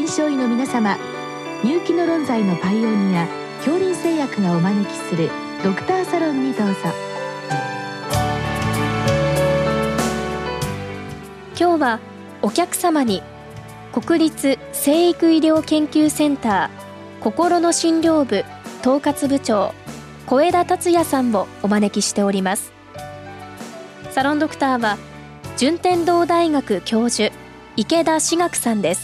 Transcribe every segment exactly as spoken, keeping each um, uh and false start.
臨床医の皆様、入気の論剤のパイオニア恐林製薬がお招きするドクターサロンにどうぞ。 今日はお客様に国立成育医療研究センター心の診療部統括部長小枝達也さんをお招きしております。サロンドクターは順天堂大学教授池田志学さんです。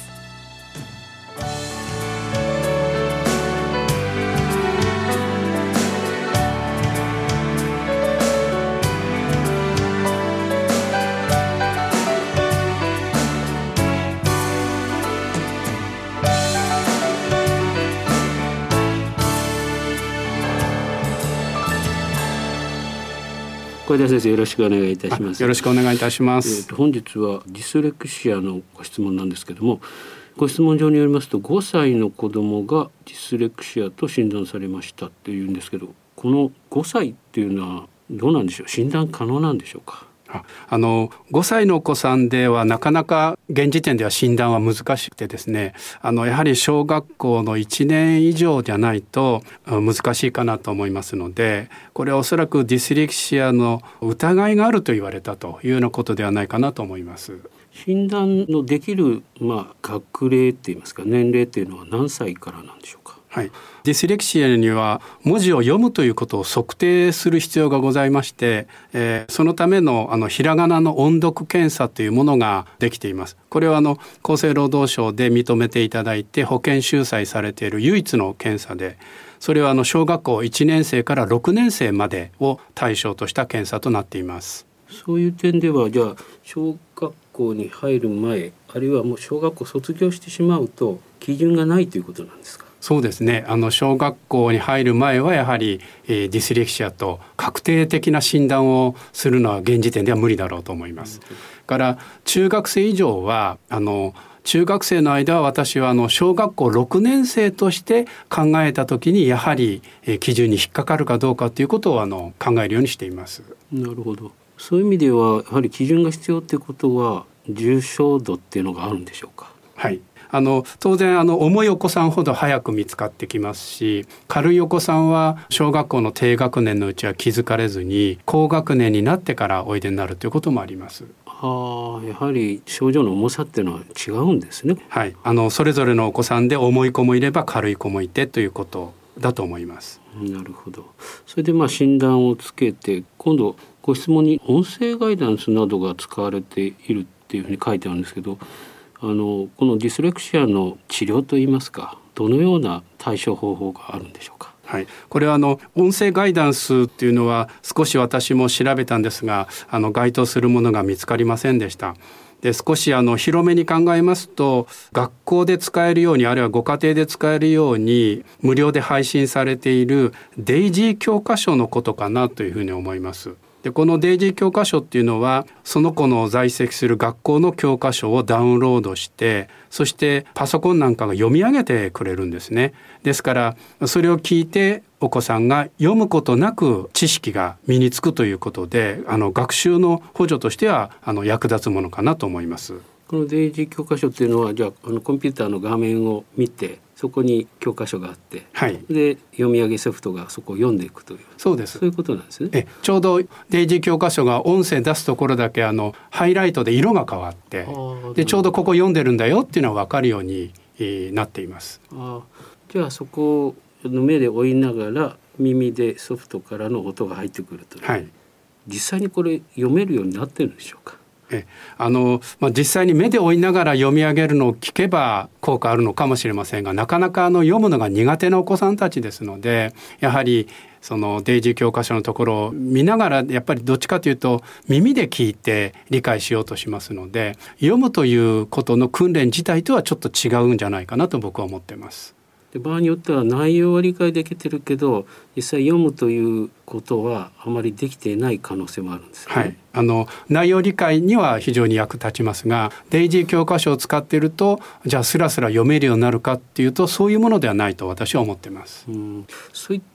小枝先生、よろしくお願いいたします。 よろしくお願いいたします。 えー、と本日はディスレクシアのご質問なんですけども、ご質問状によりますとごさいの子供がディスレクシアと診断されましたっていうんですけど、このごさいっていうのはどうなんでしょう、診断可能なんでしょうか。 ああのごさいのお子さんではなかなか現時点では診断は難しくてですね、あのやはり小学校のいちねん以上じゃないと難しいかなと思いますので、これはおそらくディスレクシアの疑いがあると言われたというようなことではないかなと思います。 診断のできる、まあ、学齢っていいますか年齢っていうのは何歳からなんでしょうか。 はい、ディスレクシアには文字を読むということを測定する必要がございまして、えー、そのためのあのひらがなの音読検査というものができています。これはあの厚生労働省で認めていただいて保険収載されている唯一の検査で、それはあの小学校いちねん生からろくねん生までを対象とした検査となっています。 そういう点ではじゃあ小学校に入る前、あるいはもう小学校卒業してしまうと基準がないということなんですか。 そうですね、あの小学校に入る前はやはり、えー、ディスレクシアと確定的な診断をするのは現時点では無理だろうと思います。うん、から中学生以上はあの中学生の間は私はあの小学校ろくねん生として考えた時にやはり、えー、基準に引っかかるかどうかということをあの考えるようにしています。 なるほど。そういう意味ではやはり基準が必要ってことは重症度っていうのがあるんでしょうか。 はい、あの当然あの重いお子さんほど早く見つかってきますし、軽いお子さんは小学校の低学年のうちは気づかれずに高学年になってからおいでになるということもあります。 はあ、やはり症状の重さっていうのは違うんですね。 はい、あのそれぞれのお子さんで重い子もいれば軽い子もいてということだと思います。 なるほど。それでまあ診断をつけて、今度ご質問に音声ガイダンスなどが使われているっていうふうに書いてあるんですけど、あのこのディスレクシアの治療といいますか、どのような対処方法があるんでしょうか。 はい、これはあの音声ガイダンスっていうのは少し私も調べたんですが、あの該当するものが見つかりませんでした。で少しあの広めに考えますと、学校で使えるように、あるいはご家庭で使えるように無料で配信されているデイジー教科書のことかなというふうに思います。でこのデイジー教科書っていうのはその子の在籍する学校の教科書をダウンロードして、そしてパソコンなんかが読み上げてくれるんですね。ですからそれを聞いてお子さんが読むことなく知識が身につくということで、あの学習の補助としてはあの役立つものかなと思います。 このデイジー教科書っていうのはじゃあ、あのコンピューターの画面を見てそこに教科書があって、はい、で読み上げソフトがそこを読んでいくという、そうです、そういうことなんですね。 えちょうどデイジー教科書が音声出すところだけあのハイライトで色が変わって、でちょうどここ読んでるんだよっていうのが分かるように、えー、なっています。 あじゃあそこの目で追いながら耳でソフトからの音が入ってくると、はい、実際にこれ読めるようになってるんでしょうか。 えあのまあ、実際に目で追いながら読み上げるのを聞けば効果あるのかもしれませんが、なかなかあの読むのが苦手なお子さんたちですので、やはりそのデイジー教科書のところを見ながらやっぱりどっちかというと耳で聞いて理解しようとしますので、読むということの訓練自体とはちょっと違うんじゃないかなと僕は思っています。 で場合によっては内容は理解できてるけど実際読むということはあまりできていない可能性もあるんですよね。 はい、あの内容理解には非常に役立ちますが、デイジー教科書を使っているとじゃあスラスラ読めるようになるかっていうとそういうものではないと私は思っています。 うんそういっ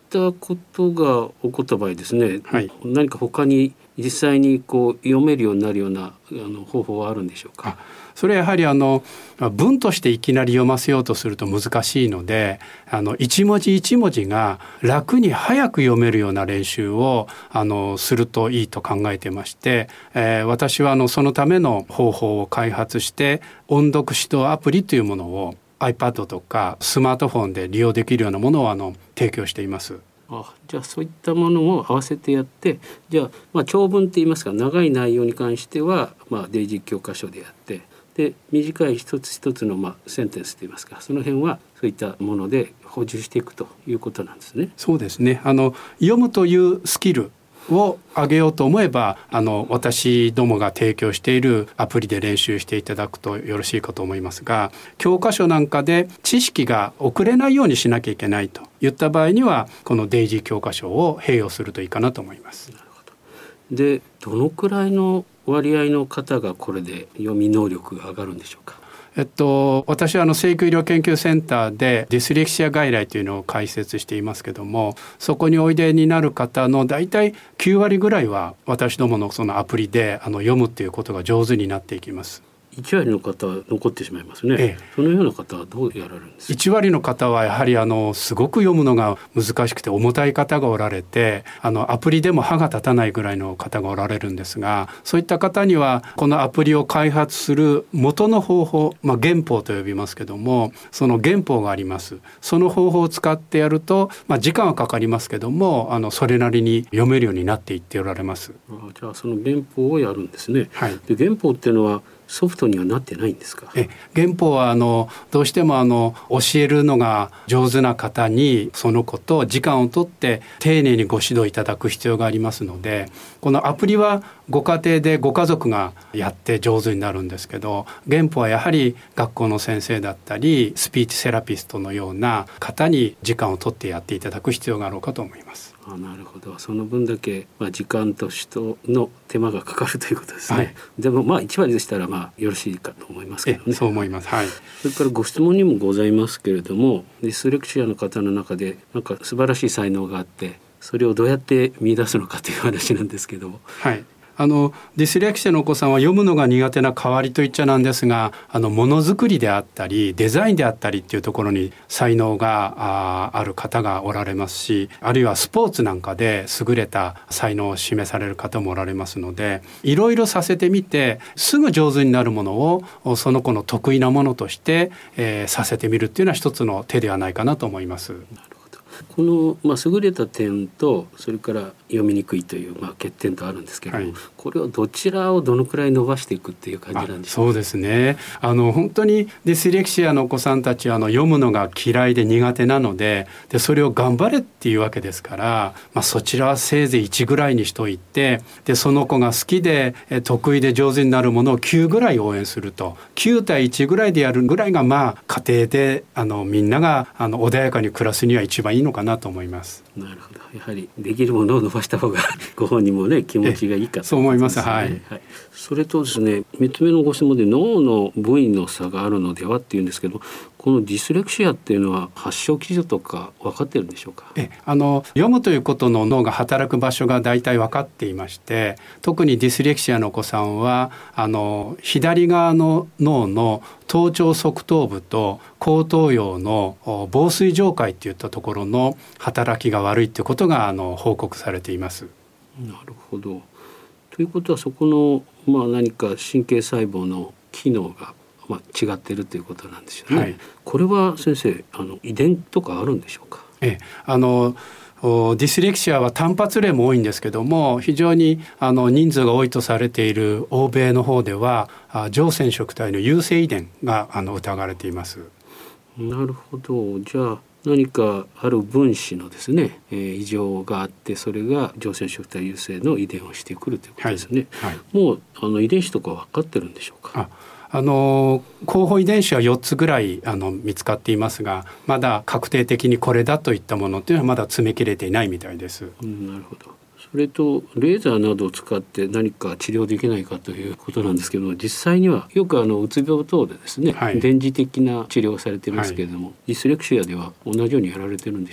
たことが起こった場合ですね、 はい、 何か他に実際にこう読めるようになるようなあの方法はあるんでしょうか。 それはやはりあの文としていきなり読ませようとすると難しいので、あの一文字一文字が楽に早く読めるような練習をあのするといいと考えてまして、えー、私はあのそのための方法を開発して音読指導アプリというものを iPad とかスマートフォンで利用できるようなものをあの提供しています。 あ、じゃあそういったものを合わせてやって、じゃあ、まあ長文って言いますか、長い内容に関しては、まあ、デイジー教科書でやって、で短い一つ一つのまあセンテンスといいますか、その辺はそういったもので補充していくということなんですね。 そうですね。あの読むというスキルを上げようと思えば、あの私どもが提供しているアプリで練習していただくとよろしいかと思いますが、教科書なんかで知識が遅れないようにしなきゃいけないといった場合には、このデイジー教科書を併用するといいかなと思います。 なるほど。でどのくらいの割合の方がこれで読み能力が上がるんでしょうか。 えっと、私はあの生育医療研究センターでディスレクシア外来というのを開設していますけども、そこにおいでになる方のだいたいきゅうわりぐらいは私どものそのアプリであの読むっていうことが上手になっていきます。 いちわりの方は残ってしまいますね、ええ、そのような方はどうやられるんですか。 いちわりの方はやはりあのすごく読むのが難しくて重たい方がおられて、あのアプリでも歯が立たないぐらいの方がおられるんですが、そういった方にはこのアプリを開発する元の方法、まあ、原法と呼びますけども、その原法があります。その方法を使ってやると、まあ、時間はかかりますけども、あのそれなりに読めるようになっていっておられます。 あ、じゃあその原法をやるんですね、 はい、 で原法っていうのはソフトにはなってないんですか。 え原法はあのどうしてもあの教えるのが上手な方にそのこと時間をとって丁寧にご指導いただく必要がありますので、このアプリはご家庭でご家族がやって上手になるんですけど、原法はやはり学校の先生だったりスピーチセラピストのような方に時間をとってやっていただく必要があろうかと思います。 あ、なるほど。その分だけ、まあ、時間と人の手間がかかるということですね、はい、でもまあいちわりでしたらまあよろしいかと思いますけどね。 そう思います、はい、 それからご質問にもございますけれども、ディスレクシアの方の中でなんか素晴らしい才能があって、それをどうやって見出すのかという話なんですけども。 はい、あのディスレクシアのお子さんは読むのが苦手な代わりといっちゃなんですが、あのものづくりであったりデザインであったりっていうところに才能が あ, ある方がおられますし、あるいはスポーツなんかで優れた才能を示される方もおられますので、いろいろさせてみてすぐ上手になるものをその子の得意なものとして、えー、させてみるっていうのは一つの手ではないかなと思います。 なるほど。この、まあ、優れた点とそれから読みにくいという、まあ、欠点とあるんですけども、はい、これをどちらをどのくらい伸ばしていくっていう感じなんでしょうか。 そうですね。あの本当にディスレクシアのお子さんたちはあの読むのが嫌いで苦手なので、でそれを頑張れっていうわけですから、まあ、そちらはせいぜいいちぐらいにしといて、でその子が好きで得意で上手になるものをきゅうぐらい応援すると、きゅうたいいちぐらいでやるぐらいがまあ家庭であのみんながあの穏やかに暮らすには一番いいのかなと思います。 なるほど。やはりできるものを伸ばした方がご本人もね気持ちがいいかと、ね、 そう思います、はいはい、それとですね、みっつめのご質問で脳の部位の差があるのではっていうんですけど、このディスレクシアっていうのは発症基準とか分かってるんでしょうか。 えあの読むということの脳が働く場所が大体分かっていまして、特にディスレクシアのお子さんはあの左側の脳の頭頂側頭部と後頭葉の房水上界といったところの働きが悪いということがあの報告されています。 なるほど。ということはそこの、まあ、何か神経細胞の機能が、まあ、違っているということなんですよね、はい、これは先生あの遺伝とかあるんでしょうか。 えあのディスレクシアは単発例も多いんですけども、非常にあの人数が多いとされている欧米の方では上染色体の優性遺伝があの疑われています。 なるほど。じゃあ何かある分子のですね、えー、異常があって、それが上染色体優性の遺伝をしてくるということですね、はいはい、もうあの遺伝子とか分かってるんでしょうか。 ああの候補遺伝子はよっつぐらいあの見つかっていますが、まだ確定的にこれだといったものというのはまだ詰め切れていないみたいです、 うん、なるほど。それとレーザーなどを使って何か治療できないかということなんですけども、実際にはよくあのうつ病等でですね、はい、電磁的な治療をされていますけれども、はい、ディスレクシアでは同じようにやられてるんでしょうか。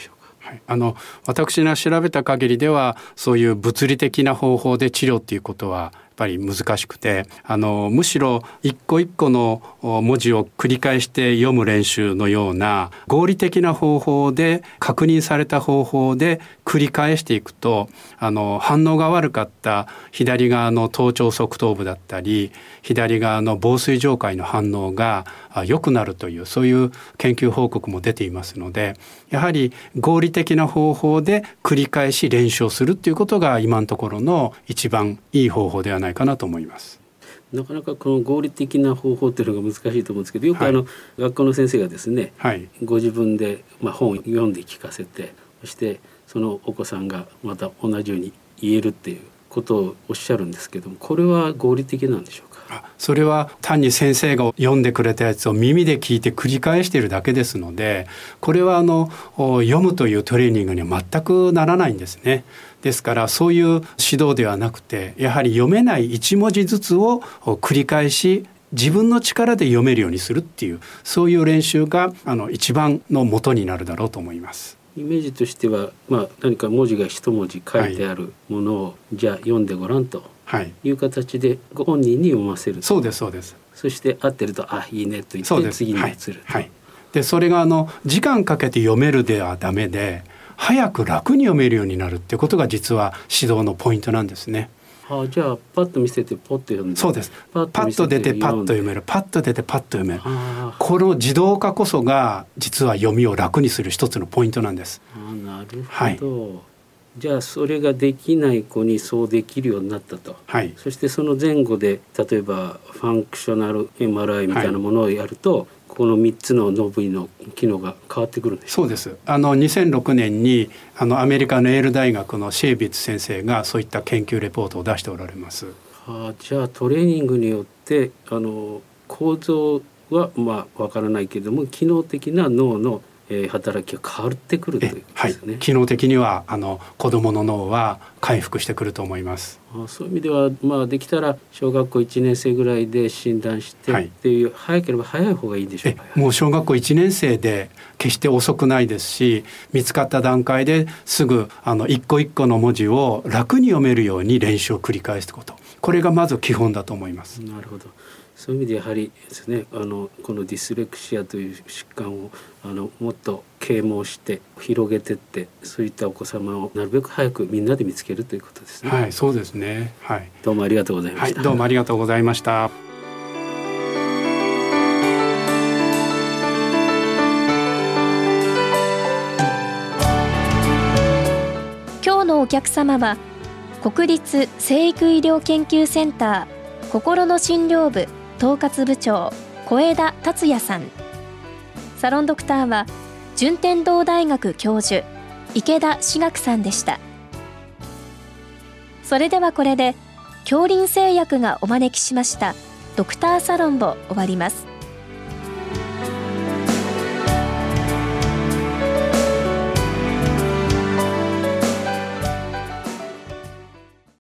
はい、あの私が調べた限りではそういう物理的な方法で治療っていうことはやっぱり難しくて、あのむしろ一個一個の文字を繰り返して読む練習のような合理的な方法で確認された方法で繰り返していくと、あの反応が悪かった左側の頭頂側頭部だったり左側の房水上階の反応が良くなるという、そういう研究報告も出ていますので、やはり合理的な方法で繰り返し練習をするということが今のところの一番いい方法ではないかなと思います。 なかなかこの合理的な方法というのが難しいと思うんですけど、よくあの、はい、学校の先生がですね、はい、ご自分でまあ本を読んで聞かせて、そしてそのお子さんがまた同じように言えるっていうことをおっしゃるんですけども、これは合理的なんでしょうか？ それは単に先生が読んでくれたやつを耳で聞いて繰り返しているだけですので、これはあの読むというトレーニングには全くならないんですね。ですからそういう指導ではなくて、やはり読めない一文字ずつを繰り返し自分の力で読めるようにするっていう、そういう練習があの一番の元になるだろうと思います。 イメージとしては、まあ、何か文字が一文字書いてあるものを、はい、じゃあ読んでごらんという形でご本人に読ませる。 そうですそうです。 そして合ってるとあいいねと言って次に移ると、はいはい、 でそれがあの時間かけて読めるではダメで、早く楽に読めるようになるっていうことが実は指導のポイントなんですね。 ああ、じゃあパッと見せてポッと読んで、 そうです。パッと, パッと出てパッと読める、パッと出てパッと読める、この自動化こそが実は読みを楽にする一つのポイントなんです。 ああ、なるほど、はい、じゃあそれができない子にそうできるようになったと、はい、そしてその前後で例えばファンクショナル エムアールアイ みたいなものをやると、はい、このみっつの脳部位の機能が変わってくるんでしょうか？ そうです。あのにせんろくねんにあのアメリカのエール大学のシェイビッツ先生がそういった研究レポートを出しておられます。 はあ、じゃあトレーニングによってあの構造はまあわからないけれども、機能的な脳のえー、働きが変わってくるということですね。はい、 機能的にはあの子どもの脳は回復してくると思います。 あ、そういう意味では、まあ、できたら小学校いちねん生ぐらいで診断してっていう、はい、早ければ早い方がいいんでしょうか？ もう小学校いちねん生で決して遅くないですし、見つかった段階ですぐあの一個一個の文字を楽に読めるように練習を繰り返すこと、これがまず基本だと思います。 なるほど。そういう意味でやはりですね、あのこのディスレクシアという疾患をあのもっと啓蒙して広げていって、そういったお子様をなるべく早くみんなで見つけるということですね。 はい、そうですね。はい。 どうもありがとうございました。 はい、どうもありがとうございました。 今日のお客様は国立成育医療研究センター心の診療部統括部長小枝達也さん。サロンドクターは順天堂大学教授池田志学さんでした。それではこれで杏林製薬がお招きしましたドクターサロンを終わります。